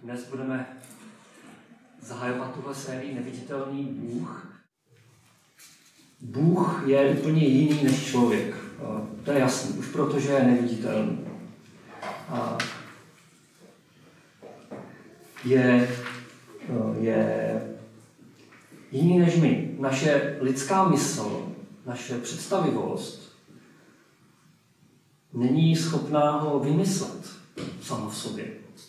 Dnes budeme zahajovat tuhle sérii Neviditelný Bůh. Bůh je úplně jiný než člověk. To je jasný, už protože je neviditelný. Je jiný než my. Naše lidská mysl, naše představivost není schopná ho vymyslet samo v sobě.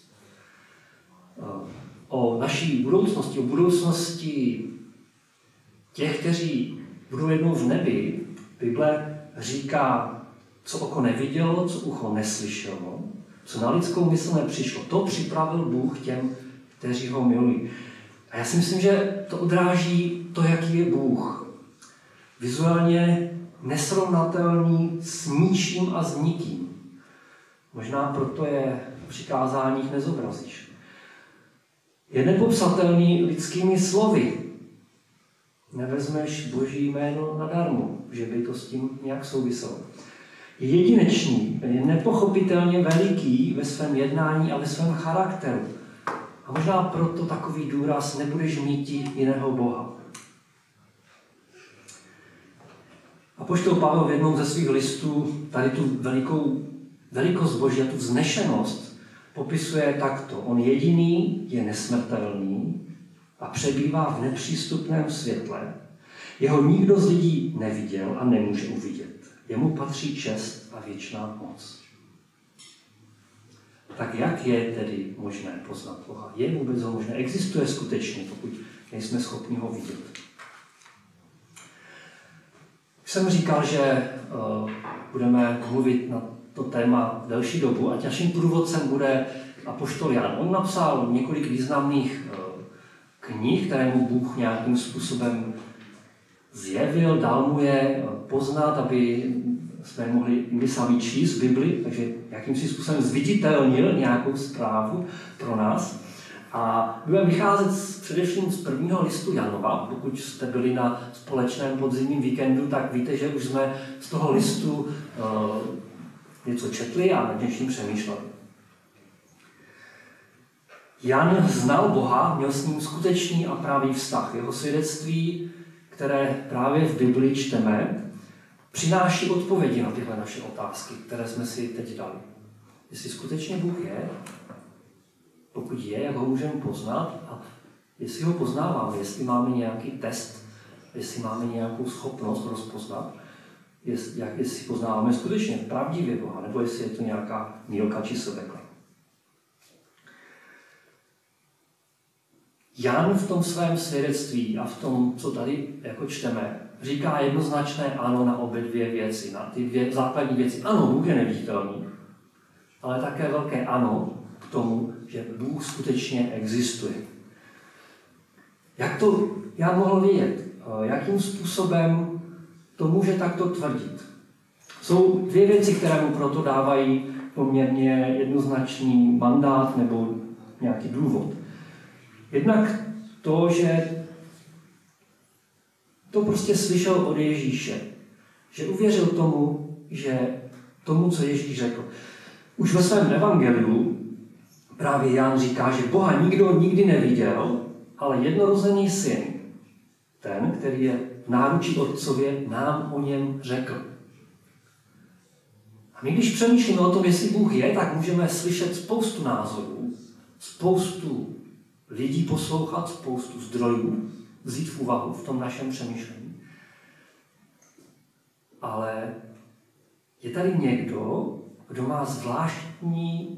O naší budoucnosti, o budoucnosti těch, kteří budou jednou v nebi, Bible říká, co oko nevidělo, co ucho neslyšelo, co na lidskou mysl nepřišlo. To připravil Bůh těm, kteří ho milují. A já si myslím, že to odráží to, jaký je Bůh. Vizuálně nesrovnatelný s ničím a s nikým. Možná proto je v přikázáních nezobrazíš. Je nepopsatelný lidskými slovy. Nevezmeš Boží jméno nadarmo, že by to s tím nějak souviselo. Je jedinečný, je nepochopitelně veliký ve svém jednání a ve svém charakteru. A možná proto takový důraz nebudeš mít jiného Boha. Apoštol Pavel v jednom ze svých listů tady tu velikost Boží a tu vznešenost popisuje takto. On jediný je nesmrtelný a přebývá v nepřístupném světle. Jeho nikdo z lidí neviděl a nemůže uvidět. Jemu patří čest a věčná moc. Tak jak je tedy možné poznat Boha? Je vůbec ho možné? Existuje skutečně, pokud nejsme schopni ho vidět. Jsem říkal, že budeme mluvit na to téma delší dobu a naším průvodcem bude apoštol Jan. On napsal několik významných knih, které mu Bůh nějakým způsobem zjevil, dal mu je poznat, aby jsme mohli my sami číst Bibli, takže jakýmsi způsobem zviditelnil nějakou zprávu pro nás. A budeme vycházet především z prvního listu Janova. Pokud jste byli na společném podzimním víkendu, tak víte, že už jsme z toho listu něco četli a nad něčím přemýšleli. Jan znal Boha, měl s ním skutečný a pravý vztah. Jeho svědectví, které právě v Bibli čteme, přináší odpovědi na tyhle naše otázky, které jsme si teď dali. Jestli skutečně Bůh je, pokud je, jak ho můžeme poznat a jestli ho poznáváme, jestli máme nějaký test, jestli máme nějakou schopnost rozpoznat, jestli poznáváme skutečně pravdivě Boha, nebo jestli je to nějaká mýlka či sebekla. Jan v tom svém svědectví a v tom, co tady jako čteme, říká jednoznačné ano na obě dvě věci, na ty dvě základní věci. Ano, Bůh je neviditelný, ale také velké ano k tomu, že Bůh skutečně existuje. Jak to Jan mohl vědět? Jakým způsobem to může takto tvrdit? Jsou dvě věci, které mu proto dávají poměrně jednoznačný mandát nebo nějaký důvod. Jednak to, že to prostě slyšel od Ježíše. Že uvěřil tomu, co Ježíš řekl. Už ve svém evangeliu právě Jan říká, že Boha nikdo nikdy neviděl, ale jednorozený syn, ten, který je v náručí otcově, nám o něm řekl. A my, když přemýšlíme o tom, jestli Bůh je, tak můžeme slyšet spoustu názorů, spoustu lidí poslouchat, spoustu zdrojů, vzít v úvahu v tom našem přemýšlení. Ale je tady někdo, kdo má zvláštní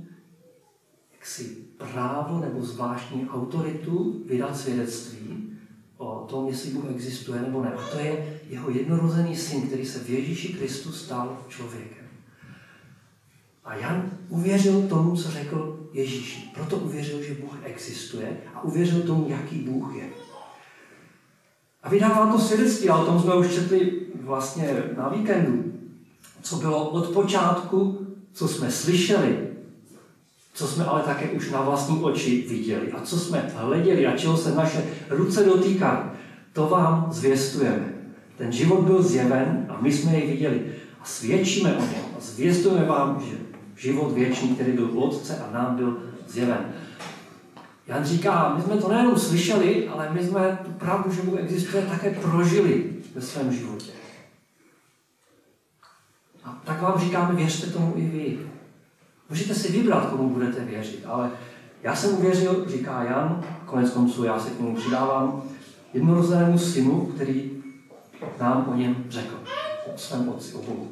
právo nebo zvláštní autoritu vydat svědectví o tom, jestli Bůh existuje nebo ne. A to je jeho jednorozený syn, který se v Ježíši Kristu stal člověkem. A Jan uvěřil tomu, co řekl Ježíši. Proto uvěřil, že Bůh existuje a uvěřil tomu, jaký Bůh je. A vydává to svědectví, a o tom jsme už četli vlastně na víkendu. Co bylo od počátku, co jsme slyšeli, co jsme ale také už na vlastní oči viděli a co jsme hleděli a čeho se naše ruce dotýkaly, to vám zvěstujeme. Ten život byl zjeven a my jsme jej viděli a svědčíme o něm a zvěstujeme vám, že život věčný, který byl u Otce a nám byl zjeven. Jan říká, my jsme to nejenom slyšeli, ale my jsme tu pravdu, že Bůh existuje, také prožili ve svém životě. A tak vám říkáme, věřte tomu i vy. Můžete si vybrat, komu budete věřit, ale já jsem uvěřil, říká Jan, konec konců já se k němu přidávám, jednorozenému synu, který nám o něm řekl, o svém otci, o Bohu.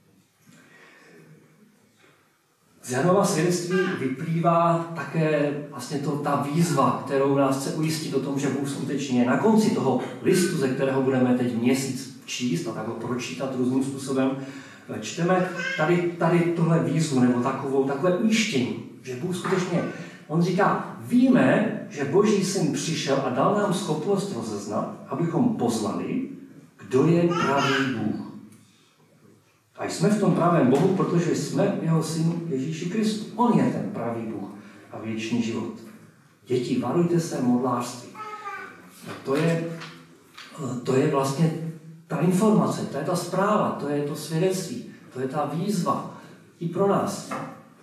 Z Janova svědectví vyplývá také vlastně ta výzva, kterou nás chce ujistit o tom, že Bůh skutečně je. Na konci toho listu, ze kterého budeme teď měsíc číst a tak ho pročítat různým způsobem, čteme tady tohle výzvu nebo takové ujištění, že Bůh skutečně, on říká, víme, že Boží syn přišel a dal nám schopnost rozeznat, abychom poznali, kdo je pravý Bůh. A jsme v tom pravém Bohu, protože jsme jeho synu Ježíši Kristu. On je ten pravý Bůh a věčný život. Děti, varujte se modlářství. To je vlastně ta informace, to je ta zpráva, to je to svědectví, to je ta výzva i pro nás.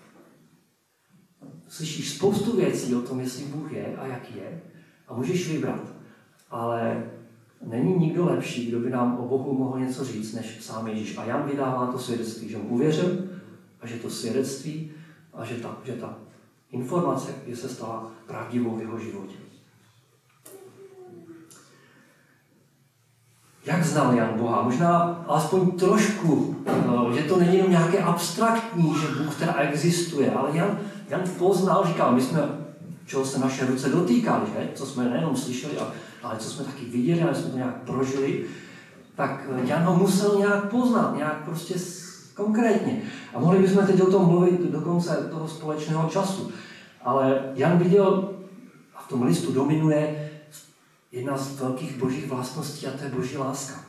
Slyšíš spoustu věcí o tom, jestli Bůh je a jaký je a můžeš vybrat. Ale není nikdo lepší, kdo by nám o Bohu mohl něco říct, než sám Ježíš. A Jan vydává to svědectví, že mu uvěřil a že to svědectví a že ta informace je se stala pravdivou v jeho životě. Jak znal Jan Boha? Možná alespoň trošku, že to není jenom nějaké abstraktní, že Bůh teda existuje, ale Jan poznal, říkal, my jsme, čeho se naše ruce dotýkali, že? Co jsme nejenom slyšeli, ale co jsme taky viděli, ale jsme to nějak prožili, tak Jan ho musel nějak poznat, nějak prostě konkrétně. A mohli bychom teď o tom mluvit do konce toho společného času. Ale Jan viděl, a v tom listu dominuje jedna z velkých božích vlastností, a to je boží láska.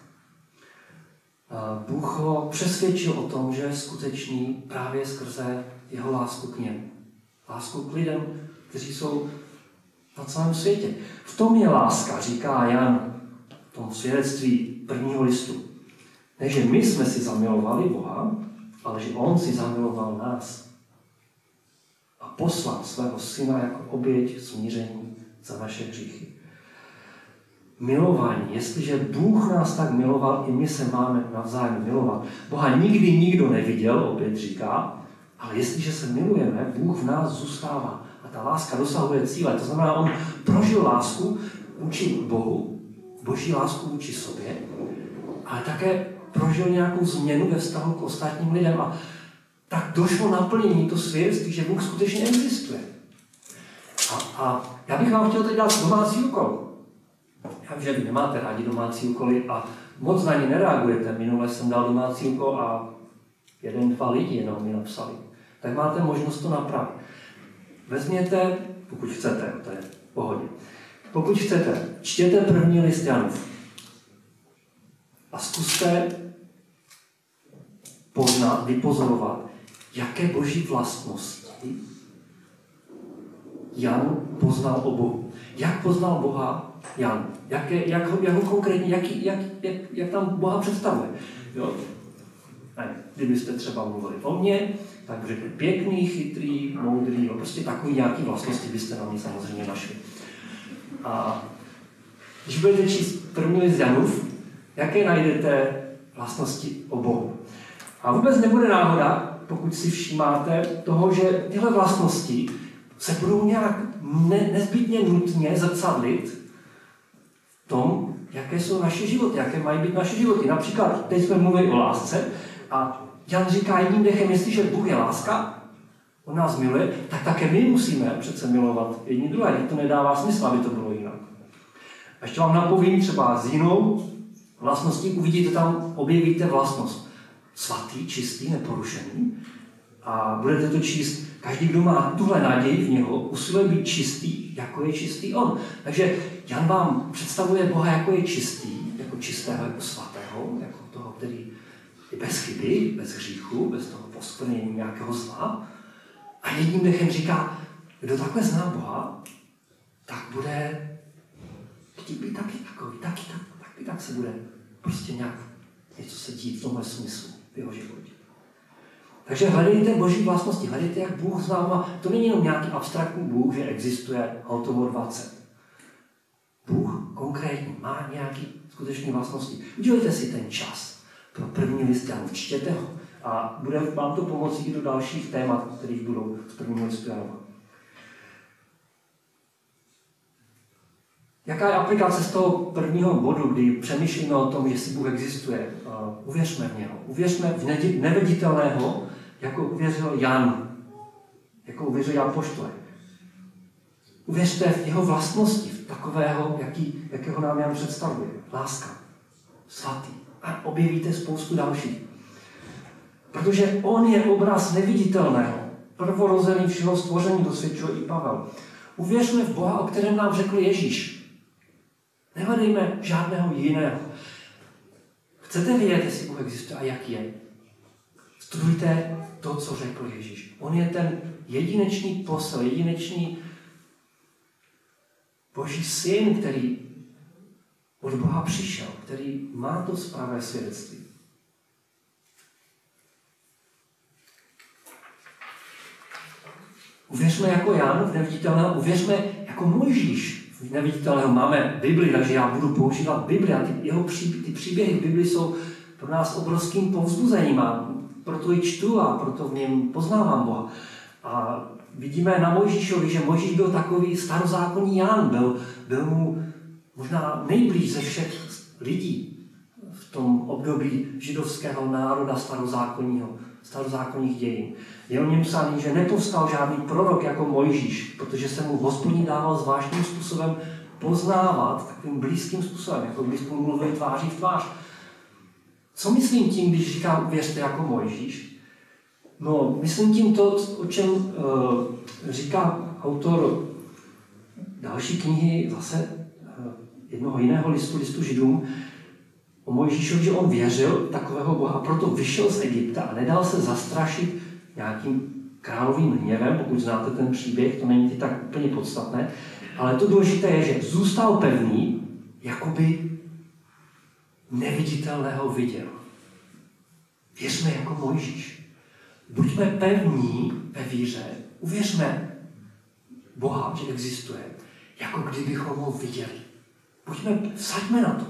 Bůh ho přesvědčil o tom, že je skutečný právě skrze jeho lásku k němu. Lásku k lidem, kteří jsou na celém světě. V tom je láska, říká Jan v tom svědectví prvního listu. Ne, že my jsme si zamilovali Boha, ale že on si zamiloval nás. A poslal svého syna jako oběť smíření za naše hříchy. Milování. Jestliže Bůh nás tak miloval, i my se máme navzájem milovat. Boha nikdy nikdo neviděl, opět říká, ale jestliže se milujeme, Bůh v nás zůstává. A ta láska dosahuje cíle. To znamená, on prožil lásku vůči Bohu, boží lásku vůči sobě, ale také prožil nějakou změnu ve vztahu k ostatním lidem. A tak došlo naplnění to svědectví, že Bůh skutečně existuje. A já bych vám chtěl teď dát domácí úkol. Já vím, že vy nemáte rádi domácí úkoly a moc na ně nereagujete. Minule jsem dal domácí úkol a 1-2 lidi jenom mi napsali. Tak máte možnost to napravit. Vezměte, pokud chcete, to je v pohodě. Pokud chcete, čtěte první list Janův a zkuste poznat, vypozorovat, jaké boží vlastnosti Jan poznal o Bohu. Jak poznal Boha Jan? Jak ho konkrétně, jak tam Boha představuje? Jo? Ne, kdybyste třeba mluvili o mně, tak řekli pěkný, chytrý, moudrý, jo? Prostě takový nějaký vlastnosti byste na mě samozřejmě našli. A když budete číst první list Janův, jaké najdete vlastnosti o Bohu? A vůbec nebude náhoda, pokud si všímáte toho, že tyhle vlastnosti se budou nějak nezbytně nutně zrcadlit v tom, jaké jsou naše životy, jaké mají být naše životy. Například, teď jsme mluvili o lásce a Jan říká jedním dechem, jestliže Bůh je láska, on nás miluje, tak také my musíme přece milovat jedni druhé. To nedává smysl, aby to bylo jinak. A ještě vám napovím třeba s jinou vlastností, uvidíte tam, objevíte vlastnost svatý, čistý, neporušený. A budete to číst, každý, kdo má tuhle naději v něho, usiluje být čistý, jako je čistý on. Takže Jan vám představuje Boha, jako je čistý, jako čistého, jako svatého, jako toho, který je bez chyby, bez hříchu, bez toho poskvrnění nějakého zla. A jedním dechem říká, kdo takhle zná Boha, tak bude chtít být taky takový, tak se bude prostě nějak něco se dít v tomhle smyslu v jeho životě. Takže hledejte Boží vlastnosti, hledejte, jak Bůh s náma. To není jenom nějaký abstraktní Bůh, že existuje hotovo 20. Bůh konkrétně má nějaké skutečné vlastnosti. Udělejte si ten čas pro první list Janův, čtěte ho a bude vám to pomoci i do dalších témat, kterých budou z prvního listu Janova. Jaká je aplikace z toho prvního bodu, kdy přemýšlíme o tom, jestli Bůh existuje? Uvěřme v něho. Uvěřme v neviditelného, jako uvěřil Jan, jako uvěřil Jan apoštolek. Uvěřte v jeho vlastnosti, v takového, jakého nám Jan představuje. Láska, svatý. A objevíte spoustu dalších. Protože on je obraz neviditelného. Prvorozený všeho stvoření, dosvědčuje i Pavel. Uvěřme v Boha, o kterém nám řekl Ježíš. Nehledejme žádného jiného. Chcete vědět, jestli Bůh existuje a jak je? Studujte to, co řekl Ježíš. On je ten jedinečný posel, jedinečný Boží syn, který od Boha přišel, který má to spravé svědectví. Uvěřme jako Jan v neviditelného, uvěřme jako Mojžíš v neviditelného. Máme Bibli, takže já budu používat Bibli a ty příběhy v Bibli jsou pro nás obrovským povzbuzením a proto ji čtu a proto v něm poznávám Boha. A vidíme na Mojžíšovi, že Mojžíš byl takový starozákonní Jan, byl mu možná nejblíž ze všech lidí v tom období židovského národa starozákonních dějin. Je o něm psaný, že nepovstal žádný prorok jako Mojžíš, protože se mu Hospodin dával zvláštním způsobem poznávat, takovým blízkým způsobem, jako když spolu mluvili tváří v tvář. Co myslím tím, když říkám uvěřte jako Mojžíš? No, myslím tím to, o čem říká autor další knihy, zase jednoho jiného listu Židům, o Mojžíšovi, že on věřil takového Boha a proto vyšel z Egypta a nedal se zastrašit nějakým královým hněvem, pokud znáte ten příběh, to není tak úplně podstatné, ale to důležité je, že zůstal pevný, jakoby neviditelného viděl. Věřme jako Mojžíš. Buďme pevní ve víře, uvěřme Boha, že existuje, jako kdybychom ho viděli. Vsaďme na to.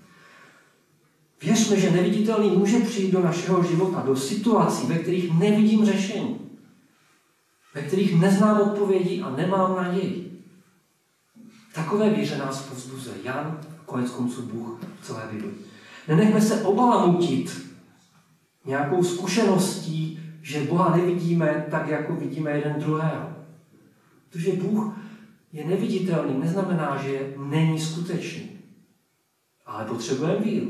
Věřme, že neviditelný může přijít do našeho života, do situací, ve kterých nevidím řešení, ve kterých neznám odpovědi a nemám naději. Takové víře nás povzbuzuje Jan, konec konců Bůh v celé Bibli. Nenechme se obalamutit nějakou zkušeností, že Boha nevidíme tak, jako vidíme jeden druhého. Protože Bůh je neviditelný, neznamená, že není skutečný. Ale potřebujeme víru.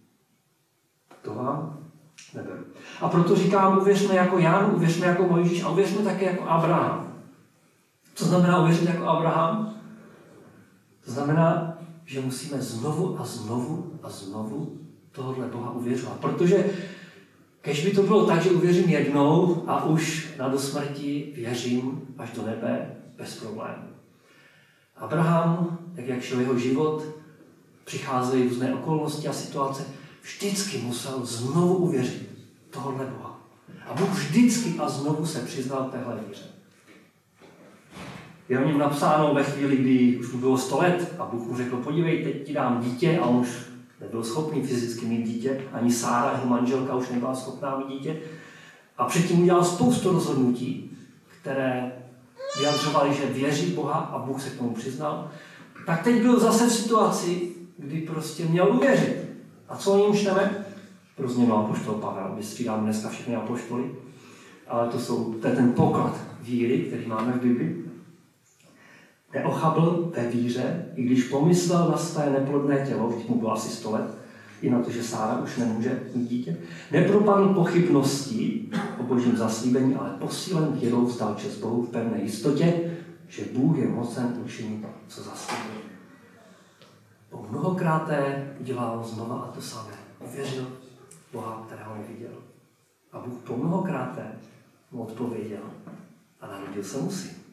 To vám neberu. A proto říkám, uvěřme jako Jan, uvěřme jako Mojžíš a uvěřme také jako Abraham. Co znamená uvěřit jako Abraham? To znamená, že musíme znovu a znovu a znovu tohohle Boha uvěřovat. Protože když by to bylo tak, že uvěřím jednou a už na dosmrti věřím až do nebe bez problémů. Abraham, tak jak šel jeho život, přicházely různé okolnosti a situace, vždycky musel znovu uvěřit tohohle Boha. A Bůh vždycky a znovu se přiznal téhle víře. Je o něm napsáno ve chvíli, kdy už mu bylo 100 let a Bůh mu řekl, podívej, teď ti dám dítě a on už nebyl schopný fyzicky mít dítě, ani Sára, jeho manželka, už nebyla schopná mít dítě. A předtím udělal spoustu rozhodnutí, které vyjadřovali, že věří Boha a Bůh se k tomu přiznal. Tak teď byl zase v situaci, kdy prostě měl uvěřit. A co o něm čteme? Pro změnu apoštol Pavel. Vystřídáme dneska všechny apoštoly, ale to je ten poklad víry, který máme v Bibli. Neochabl ve víře, i když pomyslel na své neplodné tělo, když mu bylo asi 100 let, i na to, že Sára už nemůže mít dítě. Nepropadl pochybností o Božím zaslíbení, ale posílen vírou vzdal čest Bohu v pevné jistotě, že Bůh je mocen učinit, co zaslíbil. Po mnohokráté udělal znova a to samé. Uvěřil Boha, kterého neviděl. A Bůh po mnohokráté mu odpověděl a narodil se mu syn.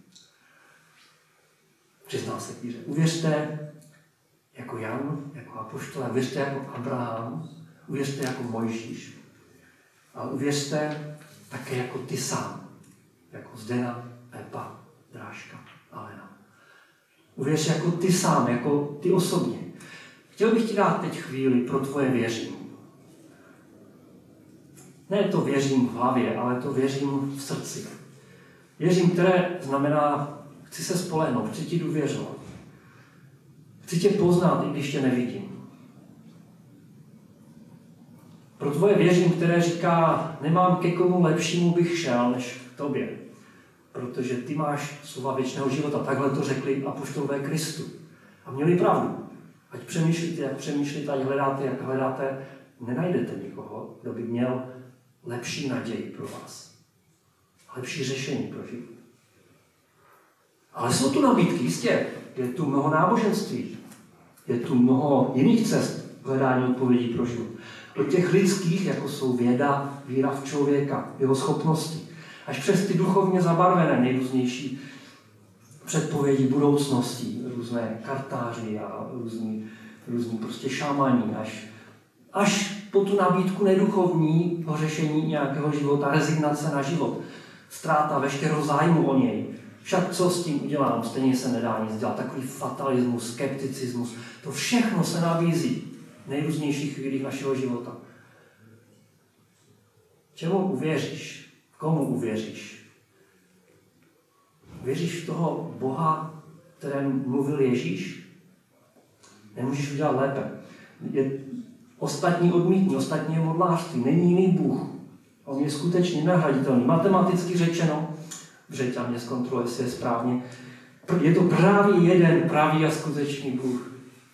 Přiznal se k víře. Uvěřte jako Jan, jako apoštol, uvěřte jako Abraham, uvěřte jako Mojžíš. A uvěřte také jako ty sám. Jako Zdena, Pepa, Drážka, Alena. Uvěř jako ty sám, jako ty osobně. Chtěl bych ti dát teď chvíli pro tvoje věření. Ne to věřím v hlavě, ale to věřím v srdci. Věřím, které znamená, chci se spolehnout, chci ti důvěřovat. Chci tě poznat, i když tě nevidím. Pro tvoje věřím, které říká, nemám ke komu lepšímu bych šel, než k tobě. Protože ty máš slova věčného života. Takhle to řekli apoštolové Kristu. A měli pravdu. Ať přemýšlíte, jak přemýšlíte, ať hledáte, jak hledáte, nenajdete nikoho, kdo by měl lepší naději pro vás. Lepší řešení pro život. Ale jsou tu nabídky, jistě. Je tu mnoho náboženství. Je tu mnoho jiných cest hledání odpovědí pro život. Od těch lidských, jako jsou věda, víra v člověka, jeho schopnosti, až přes ty duchovně zabarvené, nejrůznější předpovědi budoucnosti, různé kartáři a různí prostě šamani, až po tu nabídku neduchovního řešení nějakého života, rezignace na život, ztráta veškerého zájmu o něj. Však co s tím udělám, stejně se nedá nic dělat. Takový fatalismus, skepticismus, to všechno se nabízí v nejrůznějších chvílích našeho života. Čemu uvěříš? Komu uvěříš? Věříš v toho Boha, kterém mluvil Ježíš? Nemůžeš udělat lépe. Ostatní odmítní, ostatní je modlářství. Není jiný Bůh. On je skutečně nenahraditelný. Matematicky řečeno, Břeťa mě zkontroluje, jestli je správně, je to právě jeden pravý a skutečný Bůh.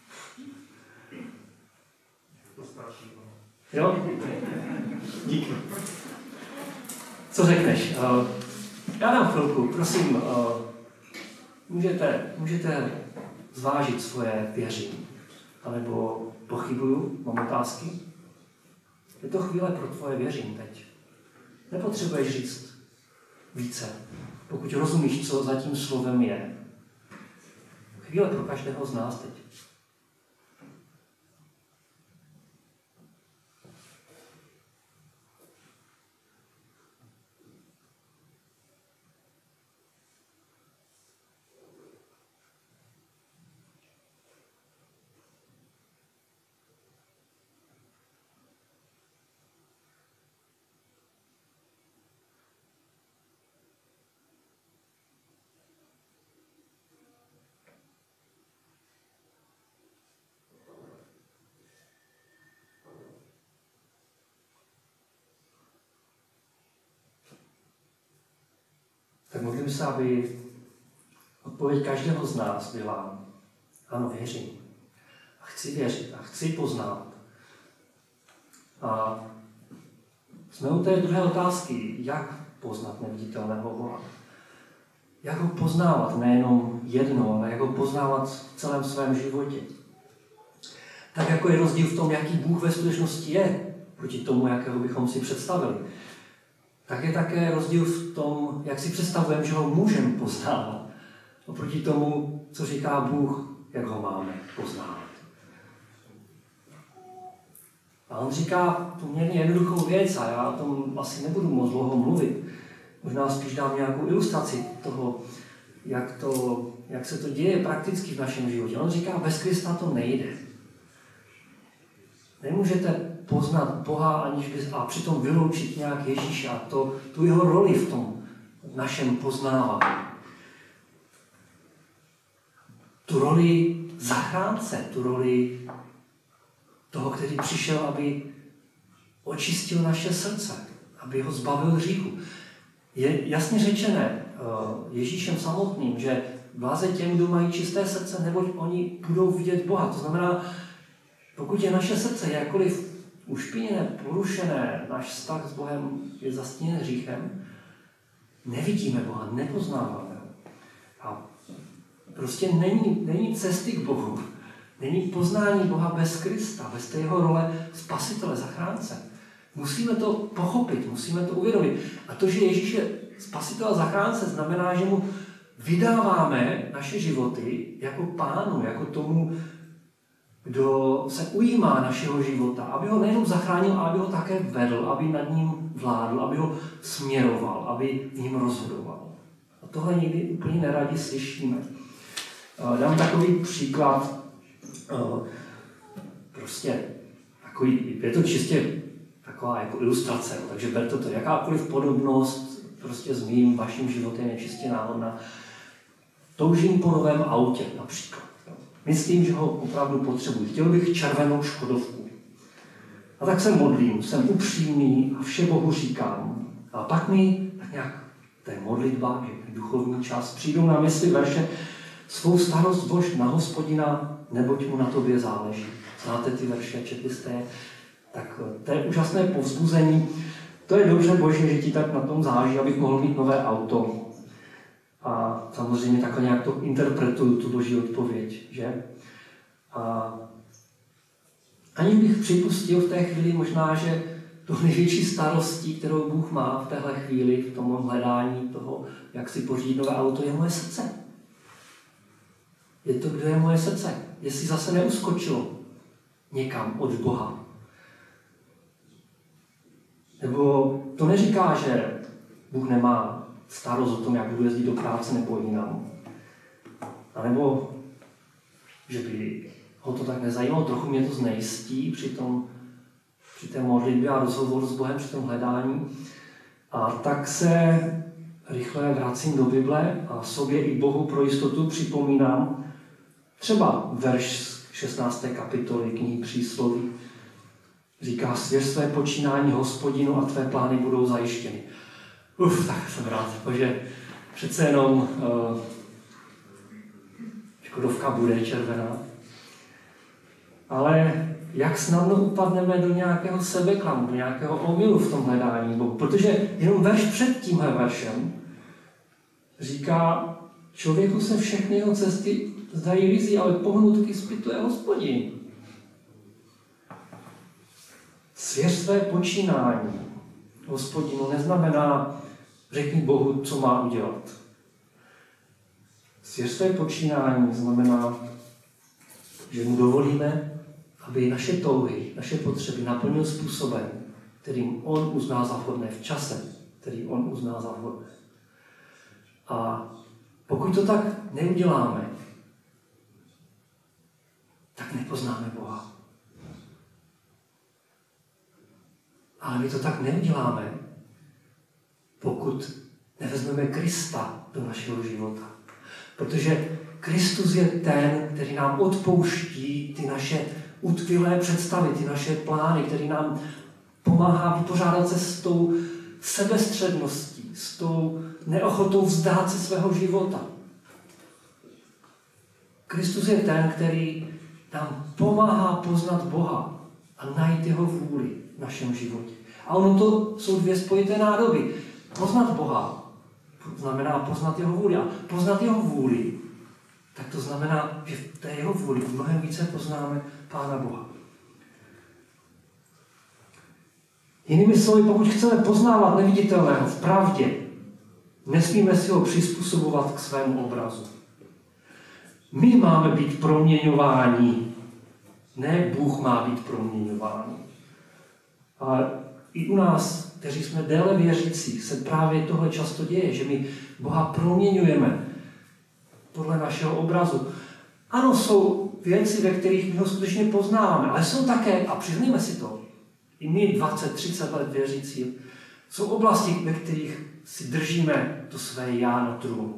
Jo? Díky. Co řekneš? Já dám chvilku, prosím, můžete zvážit svoje věření. Anebo pochybuju, mám otázky. Je to chvíle pro tvoje věření teď. Nepotřebuješ říct více, pokud rozumíš, co za tím slovem je. Chvíle pro každého z nás teď. Tak modlím se, aby odpověď každého z nás byla ano, věřím. A chci věřit a chci poznávat. A jsme u té druhé otázky, jak poznat neviditelného Boha. Jak ho poznávat, nejenom jedno, ale jak ho poznávat v celém svém životě. Tak jako je rozdíl v tom, jaký Bůh ve skutečnosti je, proti tomu, jakého bychom si představili. Tak je také rozdíl v tom, jak si představujeme, že ho můžeme poznávat. Oproti tomu, co říká Bůh, jak ho máme poznávat. A on říká poměrně jednoduchou věc a já o tom asi nebudu moc dlouho mluvit. Možná spíš dám nějakou ilustraci toho, jak se to děje prakticky v našem životě. On říká, bez Krista to nejde. Nemůžete poznat Boha, aniž by a přitom vyloučit nějak Ježíše a tu jeho roli v tom našem poznávání. Tu roli zachránce, tu roli toho, který přišel, aby očistil naše srdce, aby ho zbavil hříchu. Je jasně řečené Ježíšem samotným, že bláze těm, kdo mají čisté srdce, neboť oni budou vidět Boha. To znamená, pokud je naše srdce jakkoliv ušpiněné, porušené, náš vztah s Bohem je zastíněn hříchem, nevidíme Boha, nepoznáváme ho. A prostě není cesty k Bohu. Není poznání Boha bez Krista, bez té jeho role spasitele, zachránce. Musíme to pochopit, musíme to uvědomit. A to, že Ježíš je spasitel a zachránce, znamená, že mu vydáváme naše životy jako pánu, jako tomu, kdo se ujímá našeho života, aby ho nejenom zachránil, ale aby ho také vedl, aby nad ním vládl, aby ho směroval, aby v něm rozhodoval. A tohle někdy úplně neradi slyšíme. Dám takový příklad, prostě takový, je to čistě taková jako ilustrace, takže berte to, jakákoliv podobnost prostě s mým, vaším životem je čistě náhodná. Toužím po novém autě například. Myslím, že ho opravdu potřebuji. Chtěl bych červenou Škodovku. A tak se modlím, jsem upřímný a vše Bohu říkám. A pak mi tak nějak, to je modlitba, je duchovní čas, přijdou na mysli verše: svou starost vlož na Hospodina, neboť mu na tobě záleží. Znáte ty verše, četli jste je? Tak to je úžasné povzbuzení. To je dobře, Bože, že ti tak na tom záleží, abych mohl mít nové auto. A samozřejmě takhle nějak to interpretuju, tu Boží odpověď, že? A ani bych připustil v té chvíli možná, že tu největší starostí, kterou Bůh má v téhle chvíli, v tom hledání toho, jak si pořídit nové auto, je moje srdce. Je to, kdo je moje srdce. Jestli zase neuskočilo někam od Boha. Nebo to neříká, že Bůh nemá starost o tom, jak budu jezdit do práce nebo jinam. A nebo, že by ho to tak nezajímalo, trochu mě to znejistí při té modlitbě a rozhovoru s Bohem, při tom hledání. A tak se rychle vracím do Bible a sobě i Bohu pro jistotu připomínám třeba verš 16. kapitoly knihy Přísloví. Říká: svěř své počínání Hospodinu a tvé plány budou zajištěny. Tak jsem rád, že přece jenom Škodovka bude červená. Ale jak snadno upadneme do nějakého sebeklamu, do nějakého omylu v tom hledání Bohu. Protože jenom verš před tímhle veršem říká: člověku se všechny jeho cesty zdají rizí, ale pohnutky zpytuje Hospodin. Svěř své počínání Hospodinu neznamená řekni Bohu, co má udělat. Svěř své počínání znamená, že mu dovolíme, aby naše touhy, naše potřeby naplnil způsobem, kterým on uzná za vhodné, v čase, který on uzná za vhodné. A pokud to tak neuděláme, tak nepoznáme Boha. Ale my to tak neuděláme, pokud nevezmeme Krista do našeho života. Protože Kristus je ten, který nám odpouští ty naše utkvělé představy, ty naše plány, který nám pomáhá vypořádat se s tou sebestředností, s tou neochotou vzdát se svého života. Kristus je ten, který nám pomáhá poznat Boha a najít jeho vůli v našem životě. A ono to jsou dvě spojité nádoby. Poznat Boha znamená poznat jeho vůli. A poznat jeho vůli, tak to znamená, že v té jeho vůli mnohem více poznáme Pána Boha. Jinými slovy, pokud chceme poznávat neviditelného v pravdě, nesmíme si ho přizpůsobovat k svému obrazu. My máme být proměňováni, ne Bůh má být proměňován. A i u nás, kteří jsme déle věřící, se právě tohle často děje, že my Boha proměňujeme podle našeho obrazu. Ano, jsou věci, ve kterých my ho skutečně poznáváme, ale jsou také, a přiznejme si to, i my 20-30 let věřící, jsou oblasti, ve kterých si držíme to své já na trůnu.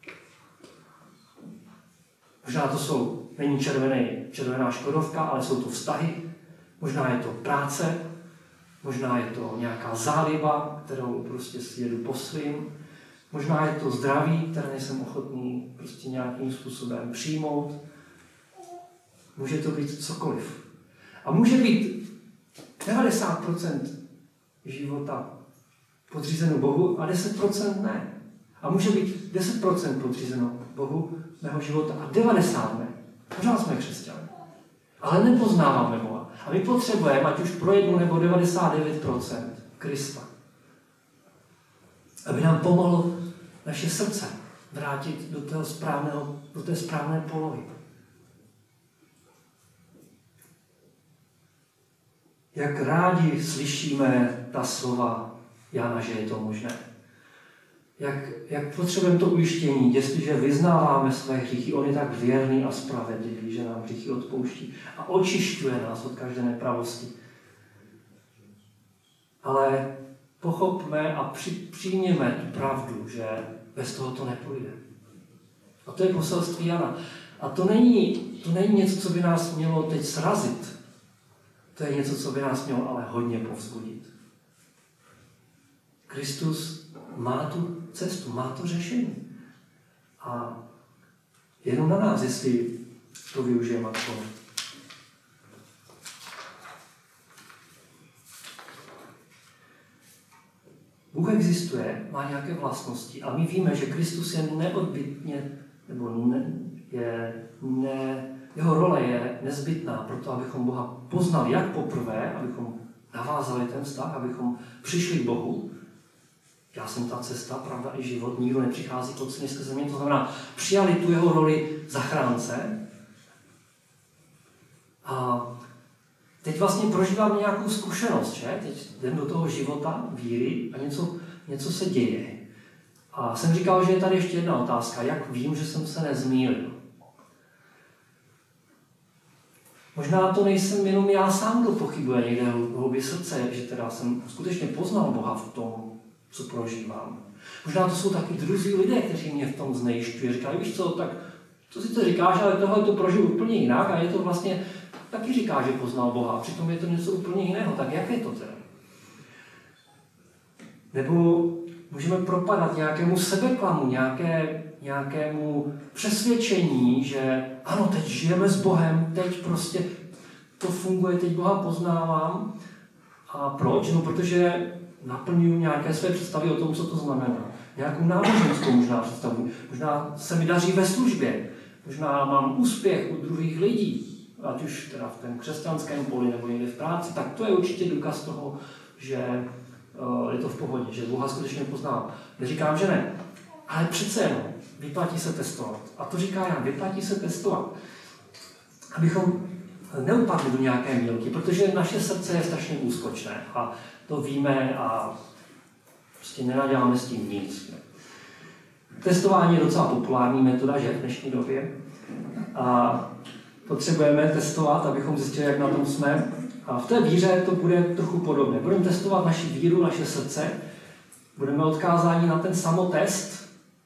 Možná to není červená Škodovka, ale jsou to vztahy, možná je to práce, možná je to nějaká záliba, kterou prostě si jedu po svým, možná je to zdraví, které nejsem ochotný prostě nějakým způsobem přijmout. Může to být cokoliv. A může být 90% života podřízeno Bohu a 10% ne. A může být 10% podřízeno Bohu mého života a 90% ne. Pořád jsme křesťané. Ale nepoznáváme Boha. A my potřebujeme, ať už pro 1 nebo 99% Krista. Aby nám pomohlo naše srdce vrátit do té správné polohy. Jak rádi slyšíme ta slova Jana, že je to možné. Jak potřebujeme to ujištění, jestliže vyznáváme své hříchy, on je tak věrný a spravedlivý, že nám hříchy odpouští a očišťuje nás od každé nepravosti. Ale pochopme a přijměme tu pravdu, že bez toho to nepůjde. A to je poselství Jana. A to není něco, co by nás mělo teď srazit. To je něco, co by nás mělo ale hodně povzbudit. Kristus má tu cestu, má to řešení. A jenom na nás, jestli to využijeme a to. Bůh existuje, má nějaké vlastnosti a my víme, že Kristus je neodbytně, jeho role je nezbytná pro to, abychom Boha poznali jak poprvé, abychom navázali ten vztah, abychom přišli k Bohu. Já jsem ta cesta, pravda i život, nikdo nepřichází k Otci skrze mě, to znamená, přijali tu jeho roli zachránce. A teď vlastně prožívám nějakou zkušenost, že? Teď jdem do toho života, víry a něco se děje. A jsem říkal, že je tady ještě jedna otázka, jak vím, že jsem se nezmýlil. Možná to nejsem jenom já sám, kdo pochybuje někde v hloubě srdce, že teda jsem skutečně poznal Boha v tom, co prožívám. Možná to jsou taky druzí lidé, kteří mě v tom znejišťují. Říkají, víš co, tak to si to říkáš, ale tohle to prožil úplně jinak a je to vlastně, taky říká, že poznal Boha, a přitom je to něco úplně jiného. Tak jak je to teda? Nebo můžeme propadat nějakému sebeklamu, nějakému přesvědčení, že ano, teď žijeme s Bohem, teď prostě to funguje, teď Boha poznávám. A proč? No, protože naplňuji nějaké své představy o tom, co to znamená. Nějakou náboženskou možná představu. Možná se mi daří ve službě. Možná mám úspěch u druhých lidí, ať už teda v tom křesťanském poli nebo někde v práci. Tak to je určitě důkaz toho, že je to v pohodě, že Boha skutečně poznám. Neříkám, že ne. Ale přece jenom vyplatí se testovat. A to říká Jan, vyplatí se testovat. Abychom neupadli do nějaké mýlky, protože naše srdce je strašně úskočné a to víme a prostě nenaděláme s tím nic. Testování je docela populární metoda, že v dnešní době. A potřebujeme testovat, abychom zjistili, jak na tom jsme. A v té víře to bude trochu podobné. Budeme testovat naši víru, naše srdce. Budeme odkázáni na ten samotest.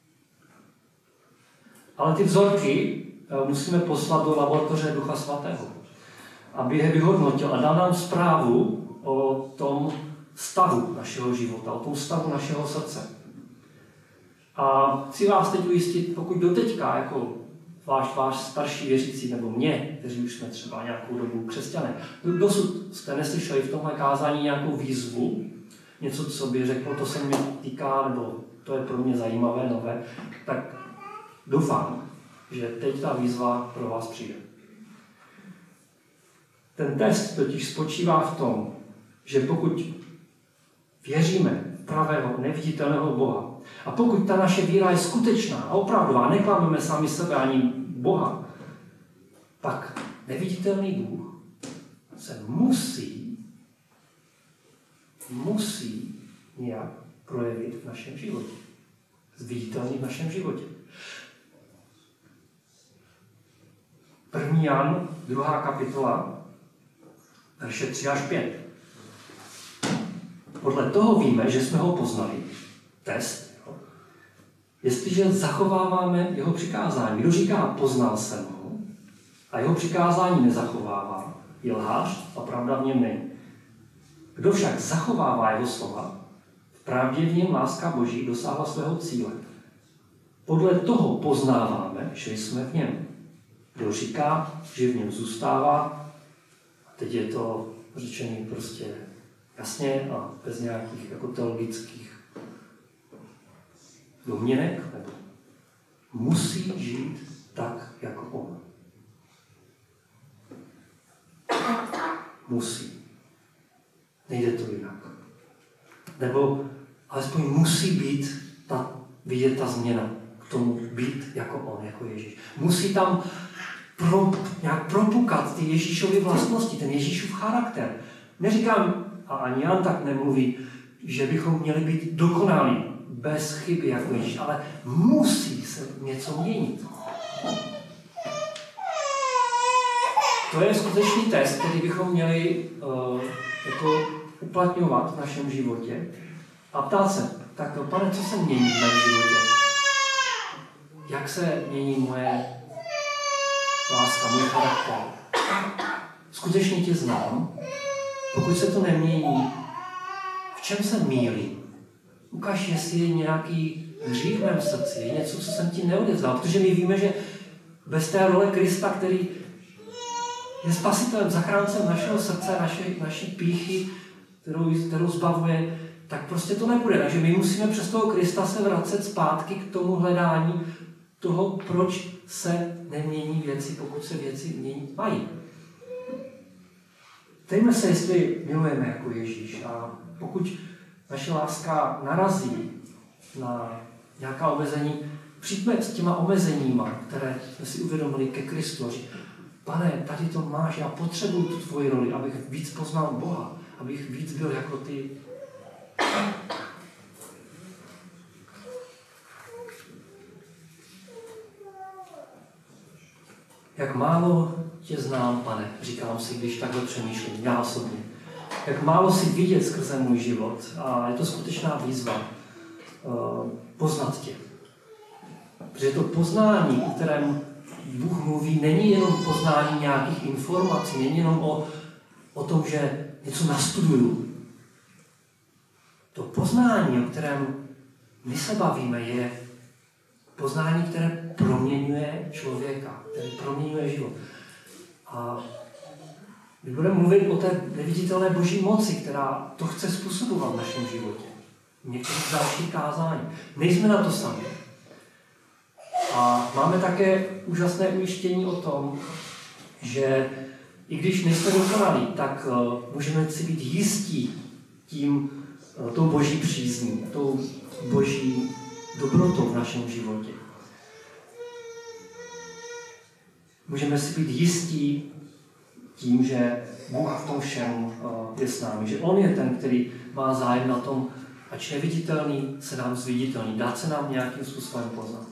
Ale ty vzorky musíme poslat do laboratoře Ducha Svatého, aby je vyhodnotil a dal nám zprávu o tom stavu našeho života, o tom stavu našeho srdce. A chci vás teď ujistit, pokud doteďka, jako váš starší věřící, nebo mě, kteří už jsme třeba nějakou dobu křesťané, dosud jste neslyšeli v tomhle kázání nějakou výzvu, něco, co by řeklo, to se mě týká, nebo to je pro mě zajímavé, nové, tak doufám, že teď ta výzva pro vás přijde. Ten test totiž spočívá v tom, že pokud věříme v pravého, neviditelného Boha, a pokud ta naše víra je skutečná a opravdová, neklameme sami sebe ani Boha, pak neviditelný Bůh se musí nějak projevit v našem životě. Zviditelný v našem životě. 1. Jan, 2. kapitola, verše 3 až 5. Podle toho víme, že jsme ho poznali. Test. Jestliže zachováváme jeho přikázání. Kdo říká, poznal jsem ho, a jeho přikázání nezachovává, je lhář a pravda v něm není. Kdo však zachovává jeho slova, vpravdě v něm láska Boží dosáhla svého cíle. Podle toho poznáváme, že jsme v něm. Kdo říká, že v něm zůstává, a teď je to řečený prostě jasně a bez nějakých jako teologických domněnek, nebo musí žít tak, jako on. Musí. Nejde to jinak. Nebo alespoň musí být vidět ta změna k tomu být jako on, jako Ježíš. Musí tam nějak propukat ty Ježíšovy vlastnosti, ten Ježíšův charakter. Neříkám, a ani Jan tak nemluví, že bychom měli být dokonalí, bez chyby jako Ježíš, ale musí se něco měnit. To je skutečný test, který bychom měli jako uplatňovat v našem životě a ptát se, tak Pane, co se mění v mém životě? Jak se mění moje láska, můj charakter? Skutečně tě znám? Pokud se to nemění, v čem se mýlím? Ukaž, jestli je nějaký hřích v mém srdci, je něco, co jsem ti neodevzdal, protože my víme, že bez té role Krista, který je spasitelem, zachráncem našeho srdce, naší pýchy, kterou zbavuje, tak prostě to nebude. Takže my musíme přes toho Krista se vracet zpátky k tomu hledání toho, proč se nemění věci, pokud se věci měnit mají. Ptejme se, jestli milujeme jako Ježíš. A pokud naše láska narazí na nějaká omezení, přijďme s těma omezeníma, které jsme si uvědomili ke Kristu. Pane, tady to máš, já potřebuji tu tvoji roli, abych víc poznal Boha, abych víc byl jako ty. Jak málo tě znám, Pane, říkám si, když takhle přemýšlím, já osobně. Jak málo si vidět skrze můj život a je to skutečná výzva poznat tě. Protože to poznání, o kterém Bůh mluví, není jenom poznání nějakých informací, není jenom o tom, že něco nastuduju. To poznání, o kterém my se bavíme, je poznání, které proměňuje člověka, které proměňuje život. A my budeme mluvit o té neviditelné boží moci, která to chce způsobovat v našem životě. V některých dalších kázání. Nejsme na to sami. A máme také úžasné ujištění o tom, že i když nejsme dokonalí, tak můžeme si být jistí tou boží přízní, tou boží dobrotou v našem životě. Můžeme si být jistí tím, že Bůh v tom všem je s námi, že On je ten, který má zájem na tom, ač neviditelný, se nám zviditelný, dát se nám nějakým způsobem poznat.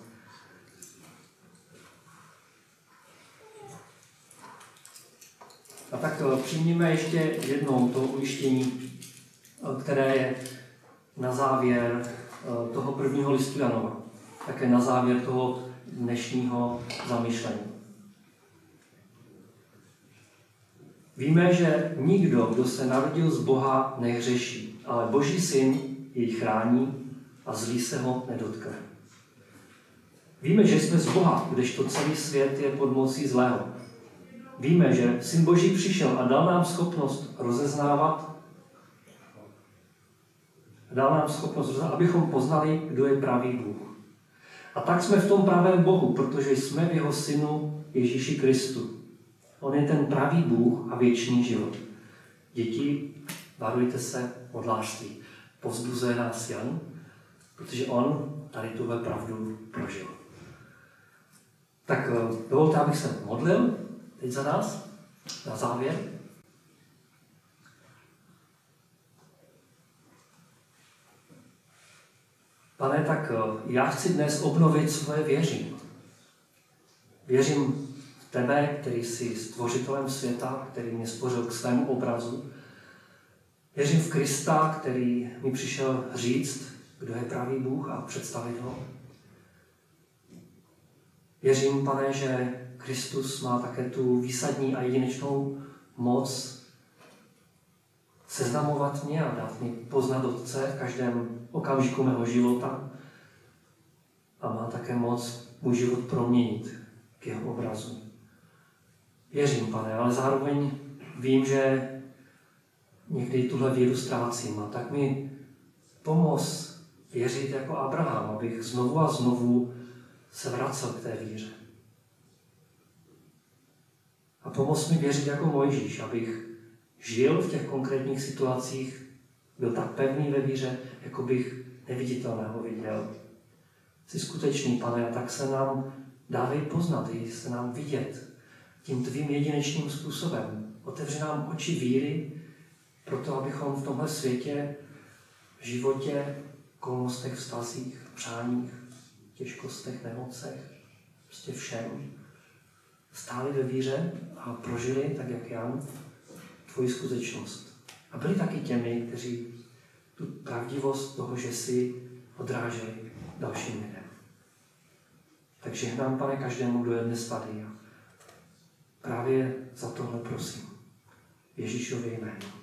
A tak přijměme ještě jednou to ujištění, které je na závěr toho prvního listu Janova. Také na závěr toho dnešního zamyšlení. Víme, že nikdo, kdo se narodil z Boha, nehřeší, ale Boží syn jej chrání a zlý se ho nedotkne. Víme, že jsme z Boha, kdežto celý svět je pod mocí zlého. Víme, že Syn Boží přišel a dal nám schopnost rozeznávat, abychom poznali, kdo je pravý Bůh. A tak jsme v tom pravém Bohu, protože jsme v jeho Synu Ježíši Kristu. On je ten pravý Bůh a věčný život. Děti, varujte se modlářství. Povzbuzuje nás Jan, protože on tady tuhle pravdu prožil. Tak dovolte, abych se modlil teď za nás, na závěr. Pane, tak já chci dnes obnovit svoje věření. Věřím v tebe, který jsi stvořitelem světa, který mě stvořil k svému obrazu. Věřím v Krista, který mi přišel říct, kdo je pravý Bůh a představit ho. Věřím, Pane, že Kristus má také tu výsadní a jedinečnou moc seznamovat mě a dát mi poznat Otce v každém okamžiku mého života a má také moc můj život proměnit k jeho obrazu. Věřím, Pane, ale zároveň vím, že někdy tuhle víru ztrácím a tak mi pomoz věřit jako Abraham, abych znovu a znovu se vracel k té víře. A pomoz mi věřit jako Mojžíš, abych žil v těch konkrétních situacích, byl tak pevný ve víře, jako bych neviditelného viděl. Jsi skutečný, Pane, a tak se nám dávej poznat, i se nám vidět tím tvým jedinečným způsobem. Otevři nám oči víry, Proto, abychom v tomhle světě, v životě, okolnostech, vztazích, přáních, těžkostech, nemocech, prostě všem, stáli ve víře a prožili, tak jak Jan, tvoji skutečnost. A byli taky těmi, kteří tu pravdivost toho, že si odráželi dalším lidem. Tak žehnám, Pane, každému, kdo je dnes tady. Právě za tohle prosím. V Ježíšově jménu.